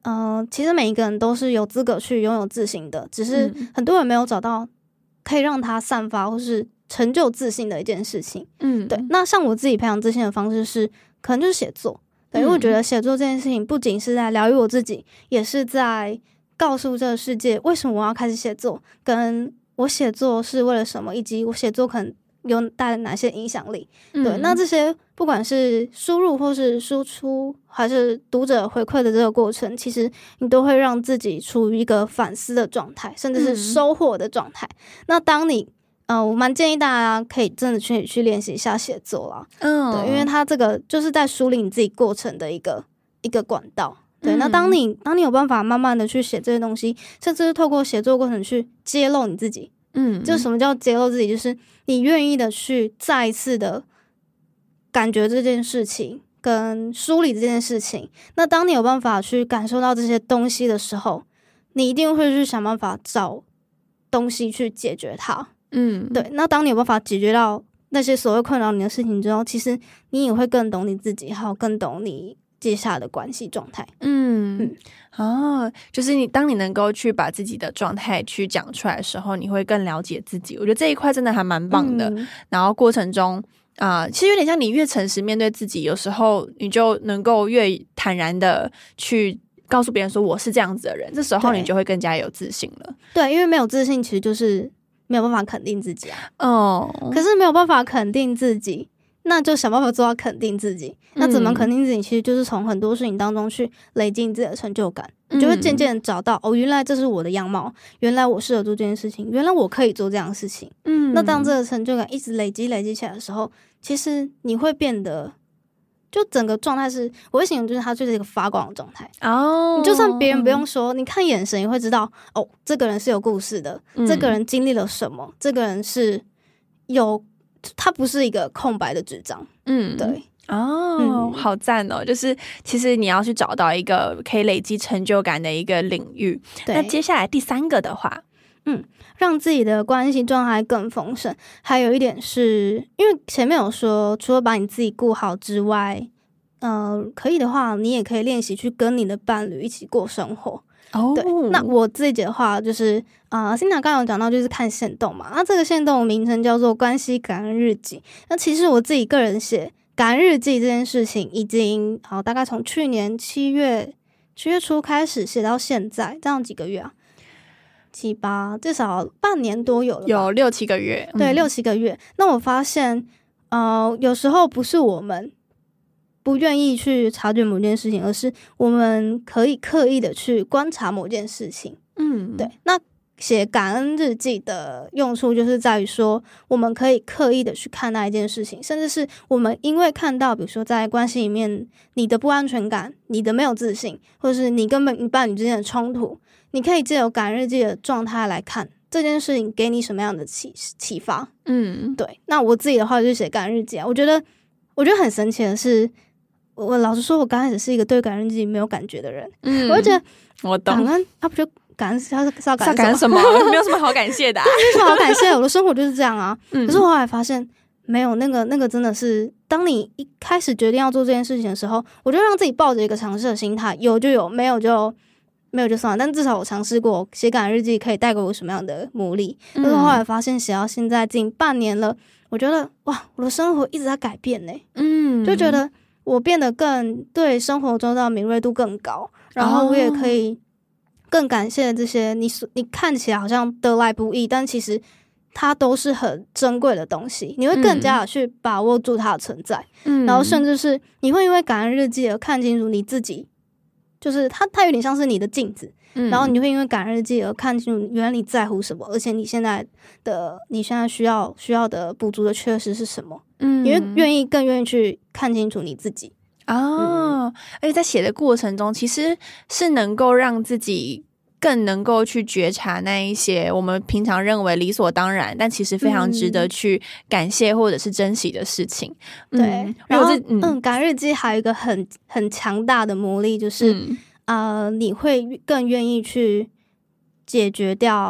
呃，其实每一个人都是有资格去拥有自信的，只是很多人没有找到可以让他散发或是成就自信的一件事情。嗯，对。那像我自己培养自信的方式是，可能就是写作。对，因为我觉得写作这件事情不仅是在疗愈我自己，也是在告诉这个世界为什么我要开始写作，跟我写作是为了什么，以及我写作可能有带来哪些影响力。嗯、对，那这些不管是输入或是输出，还是读者回馈的这个过程，其实你都会让自己处于一个反思的状态，甚至是收获的状态。嗯、那当你呃，我蛮建议大家可以真的去去练习一下写作啦。嗯，对，因为它这个就是在梳理你自己过程的一个一个管道。对，嗯、那当你当你有办法慢慢的去写这些东西，甚至是透过写作过程去揭露你自己。嗯，就什么叫揭露自己，就是你愿意的去再一次的感觉这件事情跟梳理这件事情。那当你有办法去感受到这些东西的时候，你一定会去想办法找东西去解决它。嗯，对。那当你有办法解决到那些所谓困扰你的事情之后，其实你也会更懂你自己，还有更懂你接下来的关系状态。嗯嗯，哦，就是你当你能够去把自己的状态去讲出来的时候，你会更了解自己。我觉得这一块真的还蛮棒的。嗯、然后过程中啊、呃，其实有点像你越诚实面对自己，有时候你就能够越坦然的去告诉别人说我是这样子的人，这时候你就会更加有自信了。 对，因为没有自信其实就是没有办法肯定自己啊。哦，可是没有办法肯定自己，那就想办法做到肯定自己。那怎么肯定自己？其实就是从很多事情当中去累积你自己的成就感，嗯、你就会渐渐的找到哦，原来这是我的样貌，原来我适合做这件事情，原来我可以做这样的事情。嗯，那当这个成就感一直累积累积起来的时候，其实你会变得，就整个状态是，我会形容就是它就是一个发光的状态。哦，你就算别人不用说，你看眼神也会知道，哦，这个人是有故事的，嗯、这个人经历了什么，这个人是有。它不是一个空白的纸张。嗯，对。 哦，嗯、好赞哦！就是其实你要去找到一个可以累积成就感的一个领域。那接下来第三个的话， 嗯，让自己的关系状态更丰盛。还有一点是，因为前面有说，除了把你自己顾好之外，呃，可以的话，你也可以练习去跟你的伴侣一起过生活。哦，对，那我自己的话就是啊，欣、呃、娜刚刚有讲到就是看限动嘛，那这个限动名称叫做关系感恩日记。那其实我自己个人写感恩日记这件事情，已经好大概从去年七月七月初开始写到现在，这样几个月啊？七八，至少半年多有了吧， 有六七个月， 对，嗯、六七个月。那我发现，呃，有时候不是我们不愿意去察觉某件事情，而是我们可以刻意的去观察某件事情。嗯，对。那写感恩日记的用处就是在于说，我们可以刻意的去看那一件事情，甚至是我们因为看到，比如说在关系里面你的不安全感、你的没有自信，或者是你跟你伴侣之间的冲突，你可以借由感恩日记的状态来看这件事情给你什么样的启启发。嗯，对。那我自己的话就是写感恩日记啊，我觉得我觉得很神奇的是。我老实说，我刚开始是一个对感恩日记没有感觉的人。嗯，我就觉得我懂， 感恩他不就感恩是要是要感恩什么？没有什么好感谢的、啊， 没什么好感谢的。我的生活就是这样啊。嗯、可是我后来发现，没有那个那个真的是，当你一开始决定要做这件事情的时候，我就让自己抱着一个尝试的心态，有就有，没有就没有就算了。但至少我尝试过写感恩日记可以带给我什么样的魔力。但是后来发现，写到现在近半年了，我觉得哇，我的生活一直在改变呢、欸。嗯，就觉得。我变得更对生活周遭敏锐度更高，然后我也可以更感谢这些你你看起来好像得来不易，但其实它都是很珍贵的东西，你会更加的去把握住它的存在。嗯，然后甚至是你会因为感恩日记而看清楚你自己，就是它它有点像是你的镜子。嗯、然后你会因为感恩日记而看清楚原来你在乎什么，而且你现在的你现在需要需要的补足的缺失是什么。嗯，你会愿意更愿意去看清楚你自己哦。嗯、而且在写的过程中，其实是能够让自己更能够去觉察那一些我们平常认为理所当然，但其实非常值得去感谢或者是珍惜的事情。 嗯、对，然后嗯，嗯感恩日记还有一个很很强大的魔力，就是。嗯呃，你会更愿意去解决掉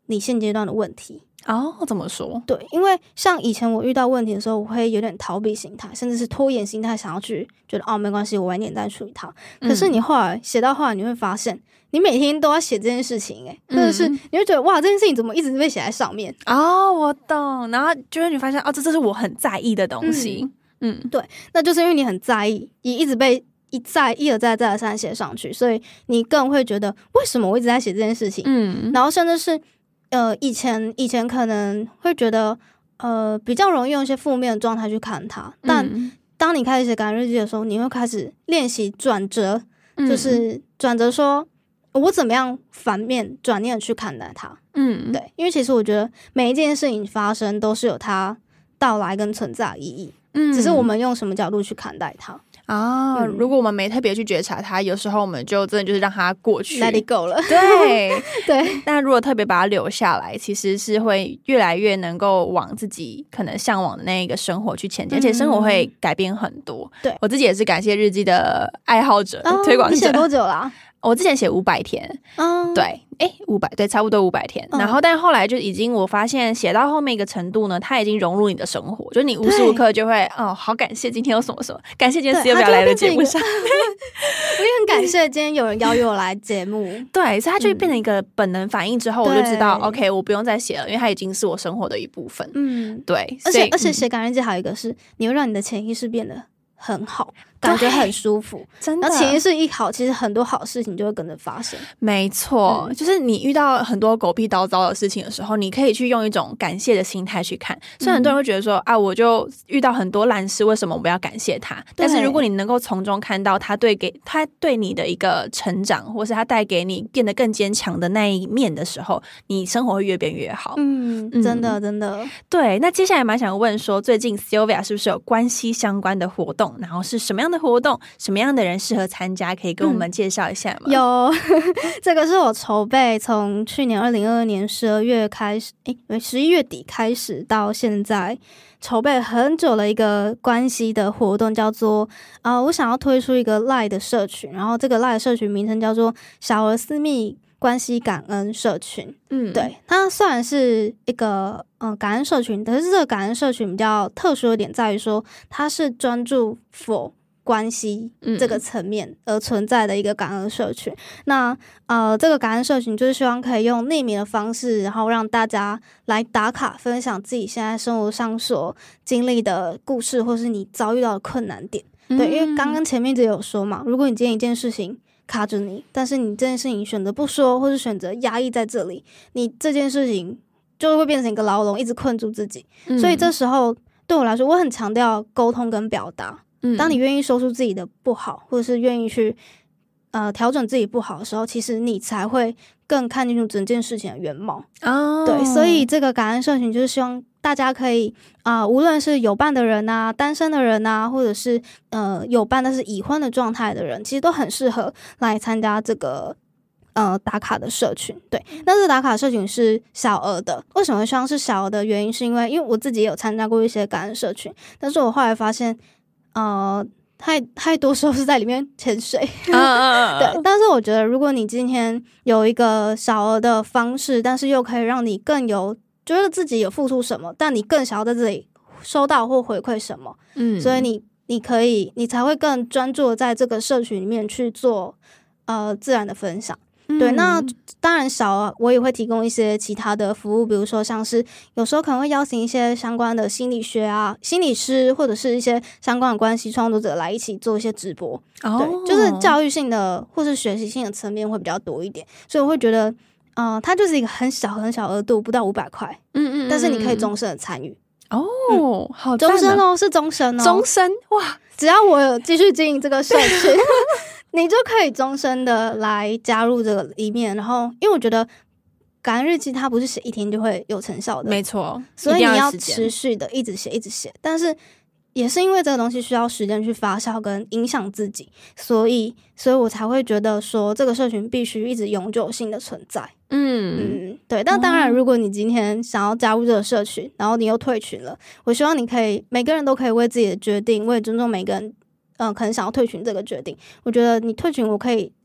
你现阶段的问题。 哦，怎么说？ 对，因为像以前我遇到问题的时候，我会有点逃避心态，甚至是拖延心态，想要去觉得哦没关系，我晚点再处理它。可是你后来写到后来，你会发现，你每天都要写这件事情、欸，哎，或者是你会觉得哇，这件事情怎么一直被写在上面？ 哦，我懂。然后就是你发现哦，这这是我很在意的东西。嗯， 嗯对，那就是因为你很在意，你一直被一再一而再再而三写上去，所以你更会觉得为什么我一直在写这件事情？嗯，然后甚至是。呃，以前以前可能会觉得，呃，比较容易用一些负面的状态去看它，但当你开始写感恩日记的时候，你会开始练习转折，嗯、就是转折说，我怎么样反面转念去看待它。嗯，对，因为其实我觉得每一件事情发生都是有它到来跟存在的意义，嗯，只是我们用什么角度去看待它。 啊、嗯，如果我们没特别去觉察它，有时候我们就真的就是让它过去 ，let it go 了。 对对， 但如果特别把它留下来，其实是会越来越能够往自己可能向往的那一个生活去前进，而且生活会改变很多。对，我自己也是感谢日记的爱好者、哦、推广者。 你写多久啦、啊？ 我之前写五百天，嗯，对，哎，五百，对，差不多五百天。嗯、然后，但后来就已经，我发现写到后面一个程度呢，它已经融入你的生活，就你无时无刻就会，哦，好感谢今天有什么什么，感谢今天 Sylvia 来的节目上， 我也很感谢今天有人邀约我来节目。 对，所以它就变成一个本能反应之后，嗯、我就知道 ，OK， 我不用再写了，因为它已经是我生活的一部分。嗯，对， 而且而且写感恩记还有一个是，你会让你的潜意识变得很好。感觉很舒服， 真的。 然后潜意识一好，其实很多好事情就会跟着发生。 没错、嗯，就是你遇到很多狗屁叨叨的事情的时候，你可以去用一种感谢的心态去看。虽然很多人会觉得说、嗯、啊，我就遇到很多烂事，为什么我要感谢他？但是如果你能够从中看到他对给他对你的一个成长，或是他带给你变得更坚强的那一面的时候，你生活会越变越好。 嗯，嗯真的真的。 对，那接下来蛮想问说，最近 Sylvia 是不是有关系相关的活动？然后是什么样的活动，什么样的人适合参加，可以跟我们介绍一下吗？ 嗯、有这个是我筹备从去年二零二二年十二月开始，诶，十一月底开始到现在筹备很久的一个关系的活动，叫做呃，我想要推出一个 LINE 的社群，然后这个 LINE 的社群名称叫做小而私密关系感恩社群。嗯，对，它虽然是一个呃感恩社群，但是这个感恩社群比较特殊的点在于说，它是专注 for关系这个层面而存在的一个感恩社群。嗯、那呃，这个感恩社群就是希望可以用匿名的方式，然后让大家来打卡分享自己现在生活上所经历的故事，或是你遭遇到的困难点。嗯、对，因为刚刚前面就有说嘛，如果你今天一件事情卡着你，但是你这件事情选择不说，或是选择压抑在这里，你这件事情就会变成一个牢笼，一直困住自己。嗯、所以这时候对我来说，我很强调沟通跟表达。当你愿意说出自己的不好，或者是愿意去呃调整自己不好的时候，其实你才会更看清楚整件事情的原貌。哦，对，所以这个感恩社群就是希望大家可以啊、呃，无论是有伴的人啊、单身的人啊，或者是呃有伴但是已婚的状态的人，其实都很适合来参加这个呃打卡的社群。对，但是打卡社群是小额的，为什么会希望是小额的原因是因为因为我自己也有参加过一些感恩社群，但是我后来发现呃，太太多时候是在里面潜水，啊、对。但是我觉得，如果你今天有一个小额的方式，但是又可以让你更有觉得自己有付出什么，但你更想要在这里收到或回馈什么，嗯，所以你你可以，你才会更专注的在这个社群里面去做呃自然的分享。对，那当然小我也会提供一些其他的服务，比如说像是有时候可能会邀请一些相关的心理学啊、心理师或者是一些相关的关系创作者来一起做一些直播。哦，对，就是教育性的或是学习性的层面会比较多一点，所以我会觉得，呃，它就是一个很小很小额度，不到五百块，嗯嗯，但是你可以终身的参与。哦，嗯、好，终身哦，是终身哦， 终身哇！ 只要我有继续经营这个社群。你就可以终身的来加入这个里面，然后因为我觉得感恩日记它不是写一天就会有成效的， 没错， 所以你要持续的一直写一直写，但是也是因为这个东西需要时间去发酵跟影响自己，所以所以我才会觉得说这个社群必须一直永久性的存在。嗯嗯，对。但当然如果你今天想要加入这个社群，然后你又退群了，我希望你可以每个人都可以为自己的决定，为尊重每个人呃，可能想要退群这个决定，我觉得你退群我可以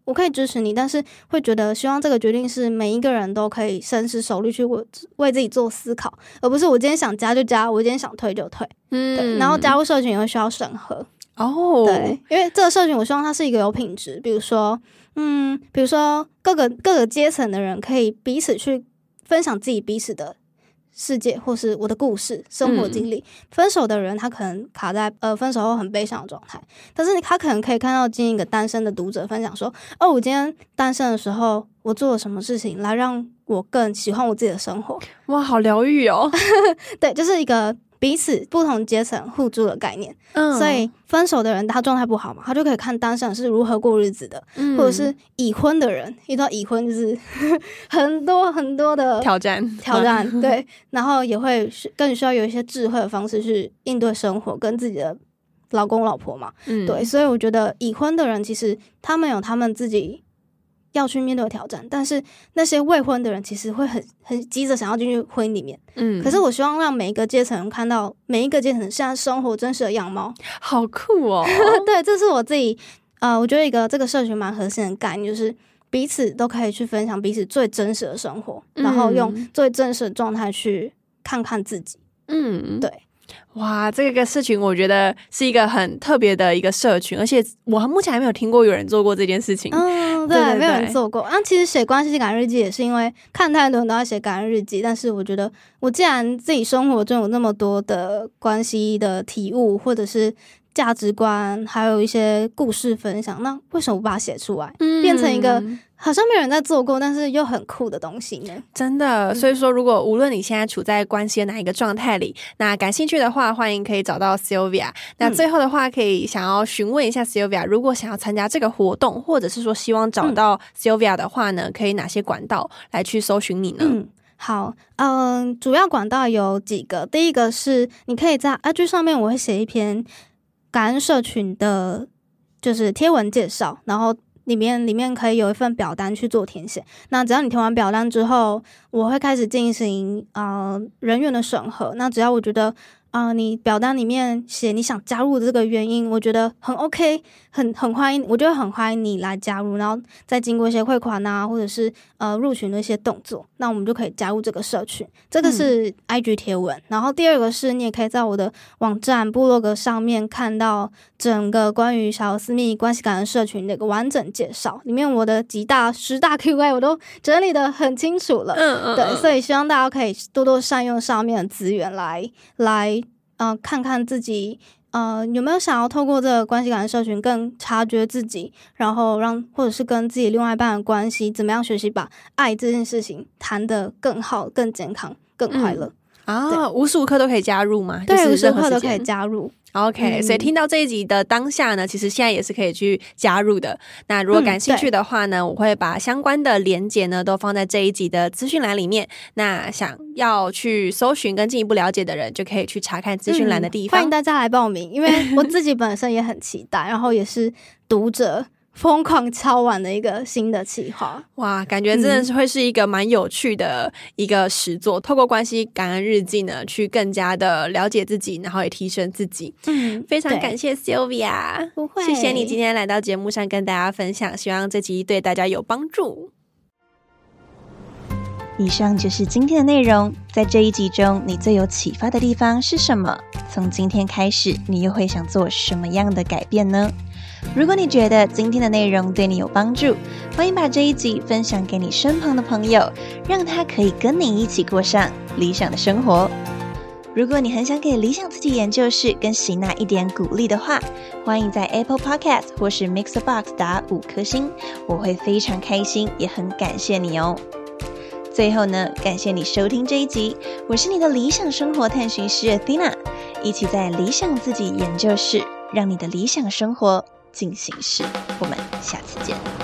我可以支持你，但是会觉得希望这个决定是每一个人都可以深思熟虑去为为自己做思考，而不是我今天想加就加，我今天想退就退。嗯，对。然后加入社群也会需要审核哦，对，因为这个社群我希望它是一个有品质，比如说，嗯，比如说各个各个阶层的人可以彼此去分享自己彼此的世界或是我的故事生活经历、嗯、分手的人他可能卡在呃分手后很悲伤的状态，但是他可能可以看到今天一个单身的读者分享说，哦，我今天单身的时候我做了什么事情来让我更喜欢我自己的生活。哇，好疗愈哦对，就是一个彼此不同阶层互助的概念、嗯、所以分手的人他状态不好嘛，他就可以看单身人是如何过日子的、嗯、或者是已婚的人遇到已婚就是很多很多的挑战挑战对，然后也会更需要有一些智慧的方式去应对生活跟自己的老公老婆嘛、嗯、对，所以我觉得已婚的人其实他们有他们自己要去面对的挑战，但是那些未婚的人其实会很很急着想要进去婚姻里面。嗯，可是我希望让每一个阶层看到每一个阶层现在生活真实的样貌。好酷哦对，这是我自己呃，我觉得一个这个社群蛮核心的概念，就是彼此都可以去分享彼此最真实的生活、嗯、然后用最真实的状态去看看自己。嗯，对。哇，这个社群我觉得是一个很特别的一个社群，而且我目前还没有听过有人做过这件事情。嗯，对，对对对，没有人做过。那、啊、其实写关系感日记也是因为看太多人都在写感恩日记，但是我觉得我既然自己生活中有那么多的关系的体悟，或者是价值观，还有一些故事分享，那为什么不把它写出来、嗯、变成一个好像没有人在做过但是又很酷的东西呢？真的，所以说如果无论你现在处在关系的哪一个状态里，那感兴趣的话欢迎可以找到 Sylvia。 那最后的话可以想要询问一下 Sylvia， 如果想要参加这个活动，或者是说希望找到 Sylvia 的话呢、嗯、可以哪些管道来去搜寻你呢？嗯，好，嗯，主要管道有几个。第一个是你可以在 I G 上面，我会写一篇感恩社群的就是贴文介绍，然后里面里面可以有一份表单去做填写。那只要你填完表单之后，我会开始进行呃人员的审核。那只要我觉得啊、呃，你表单里面写你想加入的这个原因，我觉得很 OK， 很很欢迎，我就会很欢迎你来加入，然后再经过一些汇款啊，或者是呃入群的一些动作，那我们就可以加入这个社群。这个是 I G 贴文、嗯、然后第二个是你也可以在我的网站部落格上面看到整个关于小私密关系感恩社群的一个完整介绍，里面我的几大十大 Q A 我都整理得很清楚了。嗯嗯，对，所以希望大家可以多多善用上面的资源来来呃，看看自己呃有没有想要透过这个关系感恩社群更察觉自己，然后让或者是跟自己另外一半的关系怎么样学习把爱这件事情谈得更好、更健康、更快乐、嗯、啊！无时无刻都可以加入吗？对，无时无刻都可以加入。OK，、嗯、所以听到这一集的当下呢，其实现在也是可以去加入的。那如果感兴趣的话呢、嗯、我会把相关的连结呢都放在这一集的资讯栏里面。那想要去搜寻跟进一步了解的人，就可以去查看资讯栏的地方、嗯、欢迎大家来报名，因为我自己本身也很期待然后也是读者疯狂敲碗的一个新的企划。哇，感觉真的是会是一个蛮有趣的一个实作、嗯、透过关系感恩日记呢去更加的了解自己，然后也提升自己。嗯，非常感谢 Sylvia， 不会，谢谢你今天来到节目上跟大家分享，希望这集对大家有帮助。以上就是今天的内容，在这一集中你最有启发的地方是什么？从今天开始你又会想做什么样的改变呢？如果你觉得今天的内容对你有帮助，欢迎把这一集分享给你身旁的朋友，让他可以跟你一起过上理想的生活。如果你很想给理想自己研究室跟喜娜一点鼓励的话，欢迎在 Apple Podcast 或是 Mixerbox 打五颗星，我会非常开心，也很感谢你哦。最后呢，感谢你收听这一集，我是你的理想生活探寻师 Athena， 一起在理想自己研究室，让你的理想生活进行式。我们下次见。